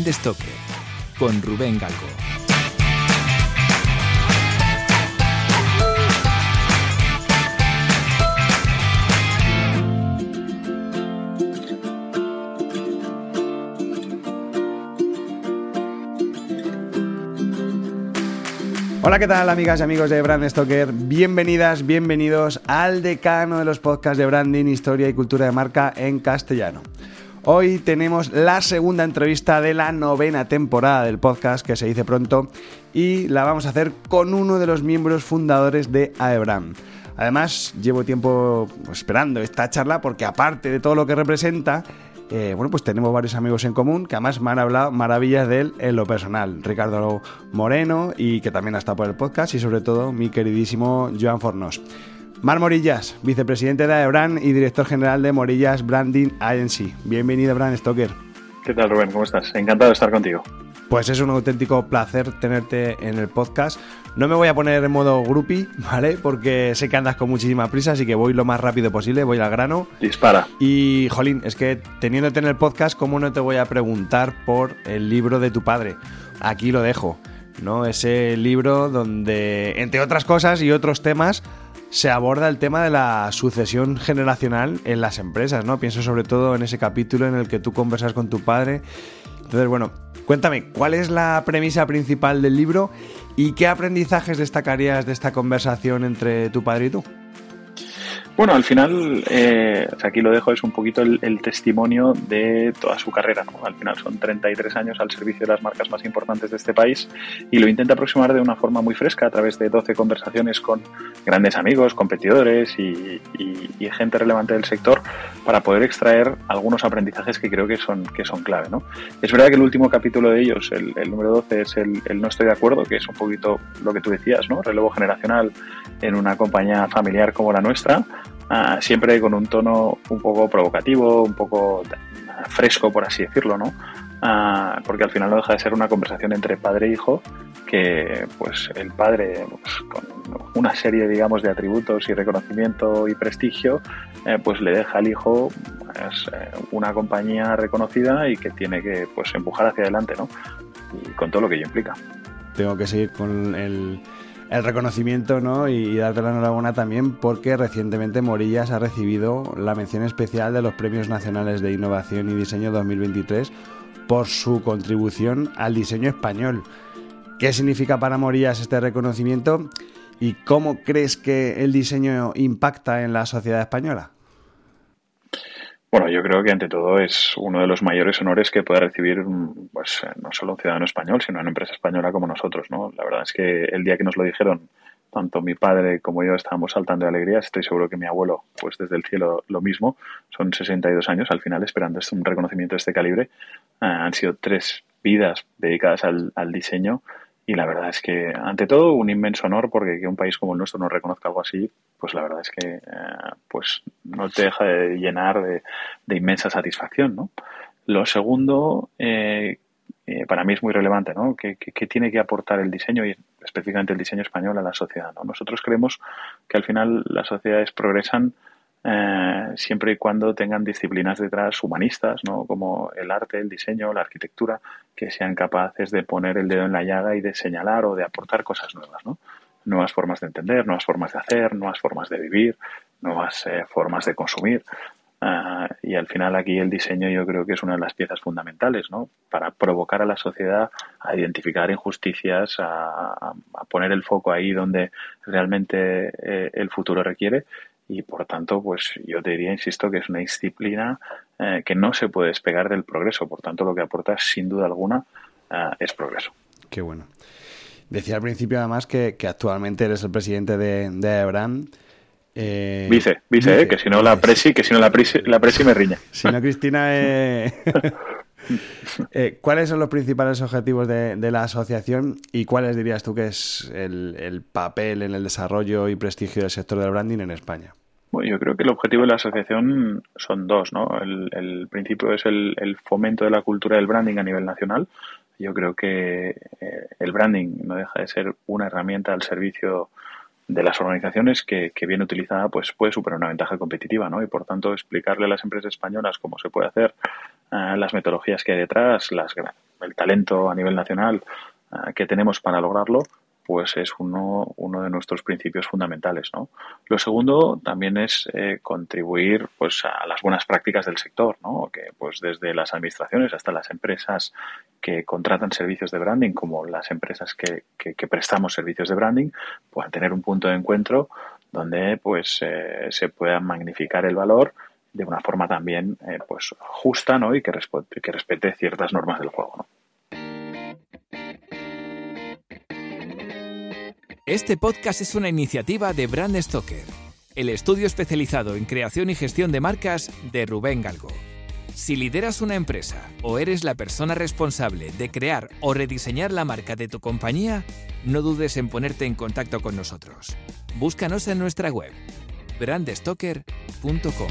Stoker con Rubén Galgo. Hola, ¿qué tal, amigas y amigos de Brand Stoker? Bienvenidas, bienvenidos al decano de los podcasts de branding, historia y cultura de marca en castellano. Hoy tenemos la segunda entrevista de la 9ª temporada del podcast, que se dice pronto, y la vamos a hacer con uno de los miembros fundadores de AEBRAND. Además, llevo tiempo esperando esta charla porque, aparte de todo lo que representa, pues tenemos varios amigos en común que además me han hablado maravillas de él en lo personal. Ricardo Moreno, y que también ha estado por el podcast, y sobre todo mi queridísimo Joan Fornós. Marc Morillas, vicepresidente de AEBRAND y director general de Morillas Branding Agency. Bienvenido, Brand Stoker. ¿Qué tal, Rubén? ¿Cómo estás? Encantado de estar contigo. Pues es un auténtico placer tenerte en el podcast. No me voy a poner en modo groupie, ¿vale? Porque sé que andas con muchísima prisa, así que voy lo más rápido posible, voy al grano. Dispara. Y, jolín, es que teniéndote en el podcast, ¿cómo no te voy a preguntar por el libro de tu padre? Aquí lo dejo, ¿no? Ese libro donde, entre otras cosas y otros temas, se aborda el tema de la sucesión generacional en las empresas, ¿no? Pienso sobre todo en ese capítulo en el que tú conversas con tu padre. Entonces, bueno, cuéntame, ¿cuál es la premisa principal del libro y qué aprendizajes destacarías de esta conversación entre tu padre y tú? Bueno, al final, aquí lo dejo, es un poquito el testimonio de toda su carrera, ¿no? Al final son 33 años al servicio de las marcas más importantes de este país, y lo intenta aproximar de una forma muy fresca a través de 12 conversaciones con grandes amigos, competidores y gente relevante del sector, para poder extraer algunos aprendizajes que creo que son clave, ¿no? Es verdad que el último capítulo de ellos, el número 12, es el no estoy de acuerdo, que es un poquito lo que tú decías, ¿no? Relevo generacional en una compañía familiar como la nuestra. Siempre con un tono un poco provocativo, un poco fresco, por así decirlo, ¿no? Porque al final no deja de ser una conversación entre padre e hijo, que pues el padre, pues, con una serie, digamos, de atributos y reconocimiento y prestigio, pues le deja al hijo una compañía reconocida y que tiene que, pues, empujar hacia adelante, ¿no? Y con todo lo que ello implica. Tengo que seguir con el reconocimiento, ¿no? Y darte la enhorabuena también, porque recientemente Morillas ha recibido la mención especial de los Premios Nacionales de Innovación y Diseño 2023 por su contribución al diseño español. ¿Qué significa para Morillas este reconocimiento y cómo crees que el diseño impacta en la sociedad española? Bueno, yo creo que ante todo es uno de los mayores honores que puede recibir, pues, no solo un ciudadano español, sino una empresa española como nosotros, ¿no? La verdad es que el día que nos lo dijeron, tanto mi padre como yo estábamos saltando de alegría. Estoy seguro que mi abuelo, pues desde el cielo lo mismo. Son 62 años al final esperando un reconocimiento de este calibre. Han sido 3 vidas dedicadas al diseño. Y la verdad es que, ante todo, un inmenso honor, porque que un país como el nuestro no reconozca algo así, pues la verdad es que pues no te deja de llenar de inmensa satisfacción, ¿no? Lo segundo, para mí es muy relevante, ¿no? ¿Qué tiene que aportar el diseño, y específicamente el diseño español, a la sociedad, ¿no? Nosotros creemos que al final las sociedades progresan siempre y cuando tengan disciplinas detrás humanistas, ¿no? Como el arte, el diseño, la arquitectura, que sean capaces de poner el dedo en la llaga y de señalar o de aportar cosas nuevas, ¿no? Nuevas formas de entender, nuevas formas de hacer, nuevas formas de vivir, nuevas formas de consumir. Y al final aquí el diseño yo creo que es una de las piezas fundamentales, ¿no? Para provocar a la sociedad a identificar injusticias, a poner el foco ahí donde realmente el futuro requiere. Y por tanto, pues yo te diría, insisto, que es una disciplina que no se puede despegar del progreso. Por tanto, lo que aporta, sin duda alguna, es progreso. Qué bueno. Decía al principio, además, que actualmente eres el presidente de AEBRAND. Vice, que si no la presi me riña. Si no, Cristina... ¿Cuáles son los principales objetivos de la asociación y cuáles dirías tú que es el papel en el desarrollo y prestigio del sector del branding en España? Bueno, yo creo que el objetivo de la asociación son 2, ¿no? El principio es el fomento de la cultura del branding a nivel nacional. Yo creo que el branding no deja de ser una herramienta al servicio de las organizaciones que bien utilizada pues puede superar una ventaja competitiva, ¿no? Y por tanto explicarle a las empresas españolas cómo se puede hacer las metodologías que hay detrás, el talento a nivel nacional que tenemos para lograrlo, pues es uno de nuestros principios fundamentales, ¿no? Lo segundo también es contribuir pues a las buenas prácticas del sector, ¿no? Que pues desde las administraciones hasta las empresas que contratan servicios de branding, como las empresas que prestamos servicios de branding, puedan tener un punto de encuentro donde pues se pueda magnificar el valor de una forma también pues justa, ¿no? Y que respete ciertas normas del juego, ¿no? Este podcast es una iniciativa de Brand Stoker, el estudio especializado en creación y gestión de marcas de Rubén Galgo. Si lideras una empresa o eres la persona responsable de crear o rediseñar la marca de tu compañía, no dudes en ponerte en contacto con nosotros. Búscanos en nuestra web, brandstoker.com.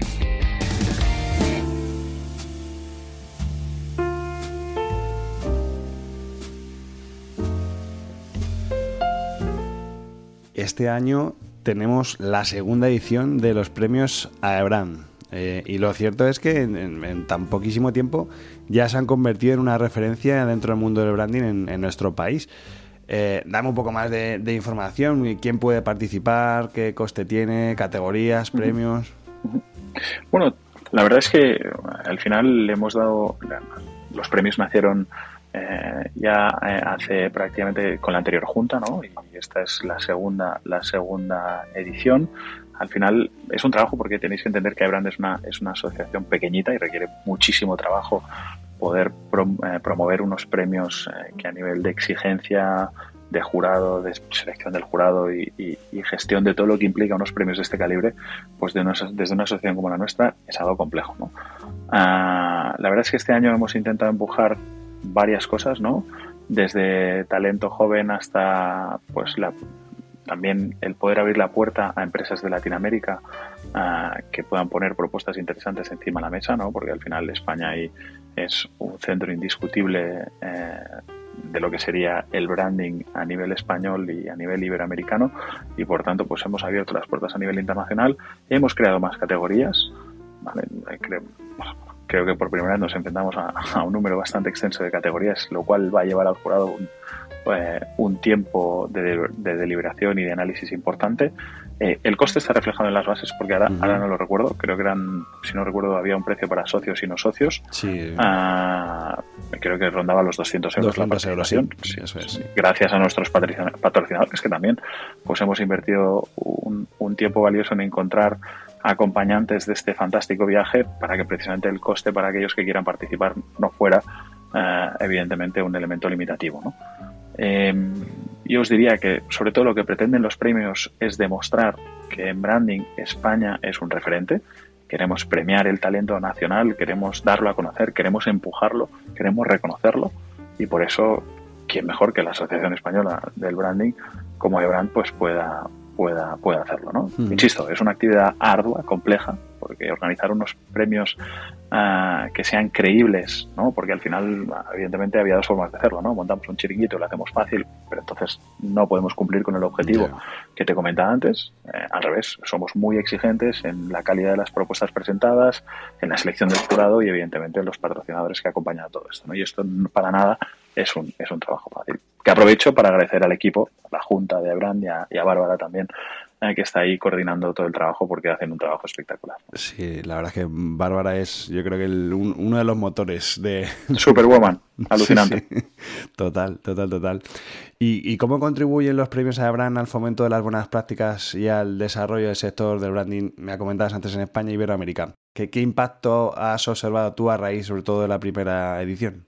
Este año tenemos la segunda edición de los premios AEBRAND. Y lo cierto es que en tan poquísimo tiempo ya se han convertido en una referencia dentro del mundo del branding en nuestro país. Dame un poco más de información. ¿Quién puede participar? ¿Qué coste tiene? ¿Categorías? ¿Premios? Bueno, la verdad es que al final le hemos dado... Los premios nacieron hace prácticamente con la anterior junta, ¿no? Y esta es la segunda edición. Al final es un trabajo porque tenéis que entender que AEBRAND es una asociación pequeñita y requiere muchísimo trabajo poder promover unos premios que a nivel de exigencia, de jurado, de selección del jurado y gestión de todo lo que implica unos premios de este calibre, pues desde una asociación como la nuestra es algo complejo, ¿no? La verdad es que este año hemos intentado empujar varias cosas, ¿no? Desde talento joven hasta pues también el poder abrir la puerta a empresas de Latinoamérica que puedan poner propuestas interesantes encima de la mesa, ¿no? Porque al final España ahí es un centro indiscutible de lo que sería el branding a nivel español y a nivel iberoamericano, y por tanto pues hemos abierto las puertas a nivel internacional, hemos creado más categorías, ¿vale? Creo que por primera vez nos enfrentamos a un número bastante extenso de categorías, lo cual va a llevar al jurado un tiempo de deliberación y de análisis importante. El coste está reflejado en las bases porque ahora no lo recuerdo, creo que si no recuerdo, había un precio para socios y no socios. Sí. Creo que rondaba los 200 euros la participación. Sí, eso es, sí. Gracias a nuestros patrocinadores, que también pues hemos invertido un tiempo valioso en encontrar acompañantes de este fantástico viaje para que precisamente el coste para aquellos que quieran participar no fuera evidentemente un elemento limitativo, ¿no? Yo os diría que sobre todo lo que pretenden los premios es demostrar que en branding España es un referente. Queremos premiar el talento nacional, queremos darlo a conocer, queremos empujarlo, queremos reconocerlo, y por eso quién mejor que la Asociación Española del Branding como AEBRAND pues pueda hacerlo, ¿no? Insisto, es una actividad ardua, compleja, porque organizar unos premios que sean creíbles, ¿no? Porque al final, evidentemente, había dos formas de hacerlo, ¿no? Montamos un chiringuito y lo hacemos fácil, pero entonces no podemos cumplir con el objetivo que te comentaba antes. Al revés, somos muy exigentes en la calidad de las propuestas presentadas, en la selección del jurado y, evidentemente, en los patrocinadores que acompañan a todo esto, ¿no? Y esto para nada es un trabajo fácil. Que aprovecho para agradecer al equipo, a la Junta de AEBRAND y a Bárbara también, que está ahí coordinando todo el trabajo porque hacen un trabajo espectacular. Sí, la verdad es que Bárbara es, yo creo que uno de los motores de... Superwoman, alucinante. Sí. Total. ¿Y cómo contribuyen los premios AEBRAND al fomento de las buenas prácticas y al desarrollo del sector del branding? Me comentabas antes en España y Iberoamérica. ¿Qué impacto has observado tú a raíz, sobre todo, de la primera edición?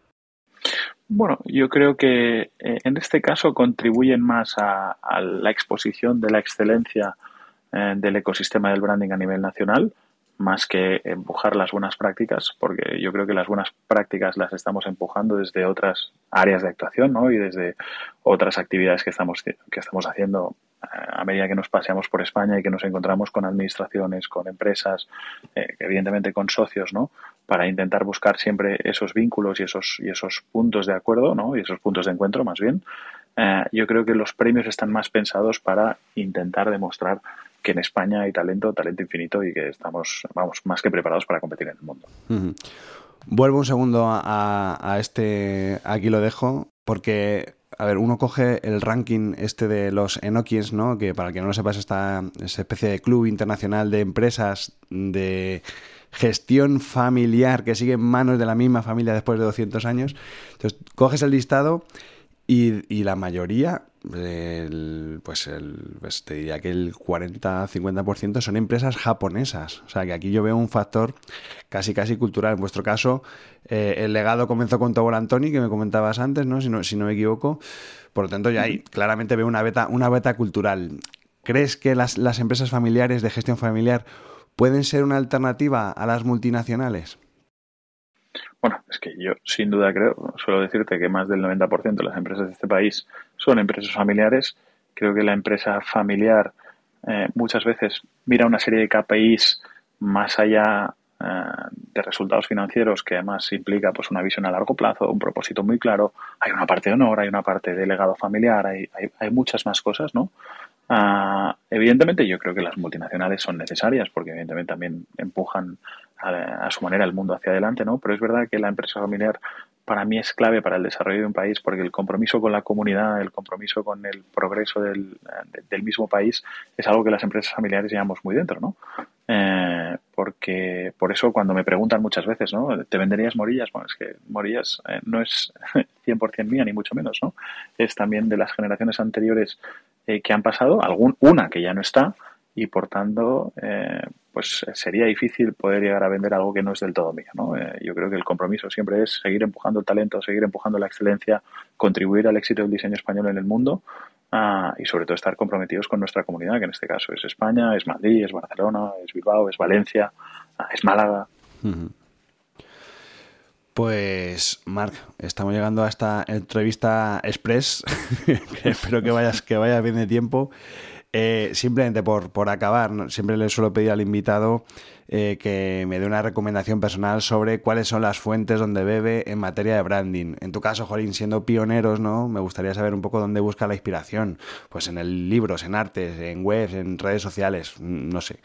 Bueno, yo creo que en este caso contribuyen más a la exposición de la excelencia del ecosistema del branding a nivel nacional, más que empujar las buenas prácticas, porque yo creo que las buenas prácticas las estamos empujando desde otras áreas de actuación, ¿no? Y desde otras actividades que estamos haciendo a medida que nos paseamos por España y que nos encontramos con administraciones, con empresas, evidentemente con socios, ¿no? Para intentar buscar siempre esos vínculos y esos puntos de acuerdo, ¿no? Y esos puntos de encuentro, más bien. Yo creo que los premios están más pensados para intentar demostrar que en España hay talento infinito y que estamos, más que preparados para competir en el mundo. Vuelvo un segundo a este, aquí lo dejo, porque, a ver, uno coge el ranking este de los Enochians, ¿no? Que para el que no lo sepas, esta especie de club internacional de empresas de gestión familiar que sigue en manos de la misma familia después de 200 años. Entonces, coges el listado y la mayoría, pues te diría que el 40-50% son empresas japonesas. O sea, que aquí yo veo un factor casi cultural. En vuestro caso, el legado comenzó con Tobol Antoni, que me comentabas antes, ¿no? Si no me equivoco. Por lo tanto, ya ahí claramente veo una beta cultural. ¿Crees que las empresas familiares de gestión familiar pueden ser una alternativa a las multinacionales? Bueno, es que yo sin duda suelo decirte que más del 90% de las empresas de este país son empresas familiares. Creo que la empresa familiar muchas veces mira una serie de KPIs más allá de resultados financieros, que además implica pues una visión a largo plazo, un propósito muy claro. Hay una parte de honor, hay una parte de legado familiar, hay muchas más cosas, ¿no? Evidentemente yo creo que las multinacionales son necesarias porque evidentemente también empujan a su manera el mundo hacia adelante, ¿no? Pero es verdad que la empresa familiar para mí es clave para el desarrollo de un país porque el compromiso con la comunidad, el compromiso con el progreso del mismo país es algo que las empresas familiares llevamos muy dentro, ¿no? Porque por eso cuando me preguntan muchas veces, ¿no? ¿Te venderías Morillas? Bueno, es que Morillas no es 100% mía, ni mucho menos, ¿no? Es también de las generaciones anteriores que han pasado, una que ya no está, y por tanto pues sería difícil poder llegar a vender algo que no es del todo mío, ¿no? Yo creo que el compromiso siempre es seguir empujando el talento, seguir empujando la excelencia, contribuir al éxito del diseño español en el mundo y sobre todo estar comprometidos con nuestra comunidad, que en este caso es España, es Madrid, es Barcelona, es Bilbao, es Valencia, es Málaga. Uh-huh. Pues, Marc, estamos llegando a esta entrevista express, que espero que vayas bien de tiempo. Simplemente por acabar, ¿no? Siempre le suelo pedir al invitado que me dé una recomendación personal sobre cuáles son las fuentes donde bebe en materia de branding. En tu caso, Jolín, siendo pioneros, ¿no? Me gustaría saber un poco dónde busca la inspiración. Pues en libros, en artes, en webs, en redes sociales, no sé.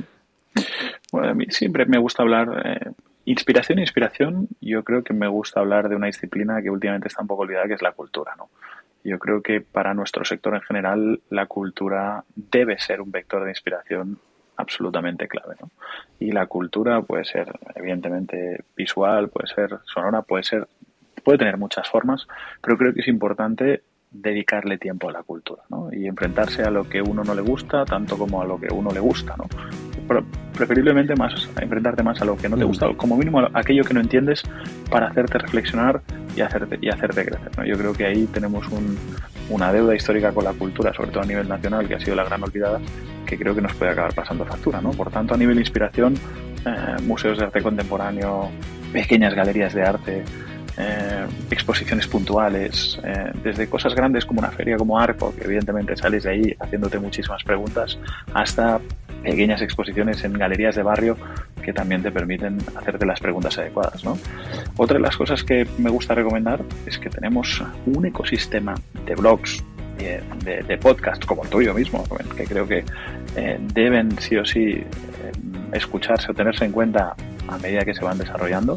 Bueno, a mí siempre me gusta hablar... Inspiración, yo creo que me gusta hablar de una disciplina que últimamente está un poco olvidada, que es la cultura, ¿no? Yo creo que para nuestro sector en general la cultura debe ser un vector de inspiración absolutamente clave, ¿no? Y la cultura puede ser evidentemente visual, puede ser sonora, puede tener muchas formas, pero creo que es importante dedicarle tiempo a la cultura, ¿no? Y enfrentarse a lo que uno no le gusta tanto como a lo que uno le gusta, ¿no? Pero preferiblemente enfrentarte más a lo que no te gusta, como mínimo a aquello que no entiendes, para hacerte reflexionar y hacerte crecer, ¿no? Yo creo que ahí tenemos una deuda histórica con la cultura, sobre todo a nivel nacional, que ha sido la gran olvidada, que creo que nos puede acabar pasando factura, ¿no? Por tanto, a nivel de inspiración, museos de arte contemporáneo, pequeñas galerías de arte, exposiciones puntuales, desde cosas grandes como una feria como Arco, que evidentemente sales de ahí haciéndote muchísimas preguntas, hasta pequeñas exposiciones en galerías de barrio que también te permiten hacerte las preguntas adecuadas, ¿no? Otra de las cosas que me gusta recomendar es que tenemos un ecosistema de blogs, de podcast como el tuyo mismo, que creo que deben sí o sí escucharse o tenerse en cuenta a medida que se van desarrollando.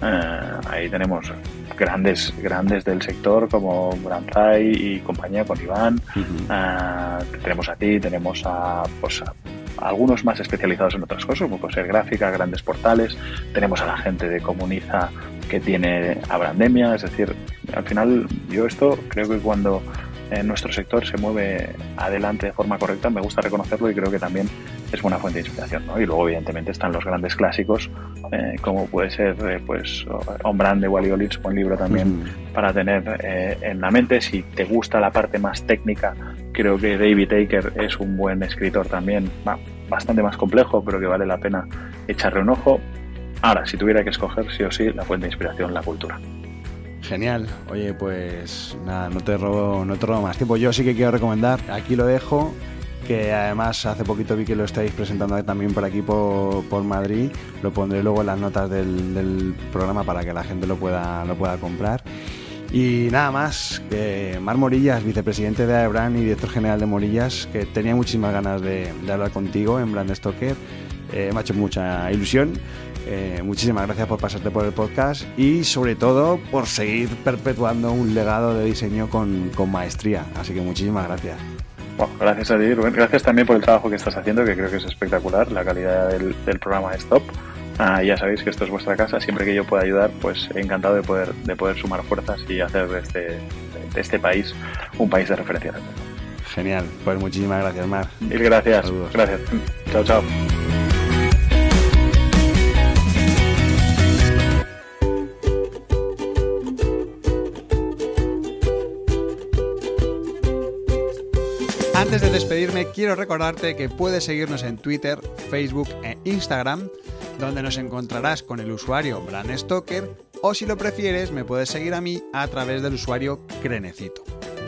Ahí tenemos grandes del sector como Branzai y compañía con Iván. Tenemos a ti, tenemos a algunos más especializados en otras cosas, como puede ser gráfica, grandes portales. Tenemos a la gente de Comuniza que tiene a Brandemia. Es decir, al final yo esto creo que cuando nuestro sector se mueve adelante de forma correcta, me gusta reconocerlo y creo que también es buena fuente de inspiración, ¿no? Y luego evidentemente están los grandes clásicos como puede ser pues On Brand de Wally Olins, un libro también para tener en la mente. Si te gusta la parte más técnica, creo que David Aker es un buen escritor también, bastante más complejo, pero que vale la pena echarle un ojo. Ahora, si tuviera que escoger sí o sí la fuente de inspiración, la cultura. Genial. Oye, pues nada, no te robo más tiempo. Yo sí que quiero recomendar, aquí lo dejo, que además hace poquito vi que lo estáis presentando también por aquí por Madrid. Lo pondré luego en las notas del programa para que la gente lo pueda comprar. Y nada más, que Marc Morillas, vicepresidente de AEBRAND y director general de Morillas, que tenía muchísimas ganas de hablar contigo en Brand Stoker. Me ha hecho mucha ilusión. Muchísimas gracias por pasarte por el podcast y sobre todo por seguir perpetuando un legado de diseño con maestría. Así que muchísimas gracias. Bueno, gracias a ti, Rubén. Gracias también por el trabajo que estás haciendo, que creo que es espectacular. La calidad del programa es top. Ya sabéis que esto es vuestra casa. Siempre que yo pueda ayudar, pues encantado de poder sumar fuerzas y hacer de este país un país de referencia. Genial. Pues muchísimas gracias, Mar. Mil gracias. Saludos. Gracias. Chao, chao. Antes de despedirme, quiero recordarte que puedes seguirnos en Twitter, Facebook e Instagram, donde nos encontrarás con el usuario BrandStalker, o si lo prefieres, me puedes seguir a mí a través del usuario Crenecito.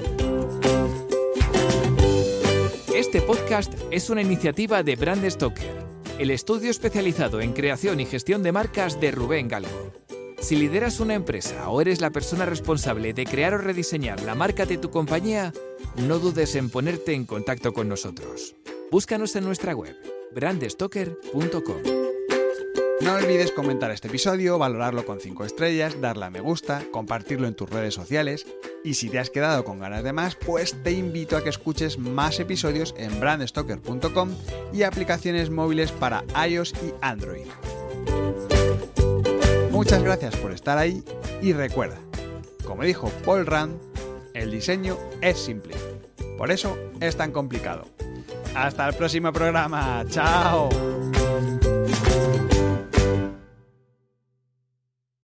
Este podcast es una iniciativa de BrandStalker, el estudio especializado en creación y gestión de marcas de Rubén Galgo. Si lideras una empresa o eres la persona responsable de crear o rediseñar la marca de tu compañía, no dudes en ponerte en contacto con nosotros. Búscanos en nuestra web, brandstalker.com. No olvides comentar este episodio, valorarlo con 5 estrellas, darle a me gusta, compartirlo en tus redes sociales y si te has quedado con ganas de más, pues te invito a que escuches más episodios en brandstalker.com y aplicaciones móviles para iOS y Android. Muchas gracias por estar ahí y recuerda, como dijo Paul Rand, el diseño es simple, por eso es tan complicado. Hasta el próximo programa, ¡chao!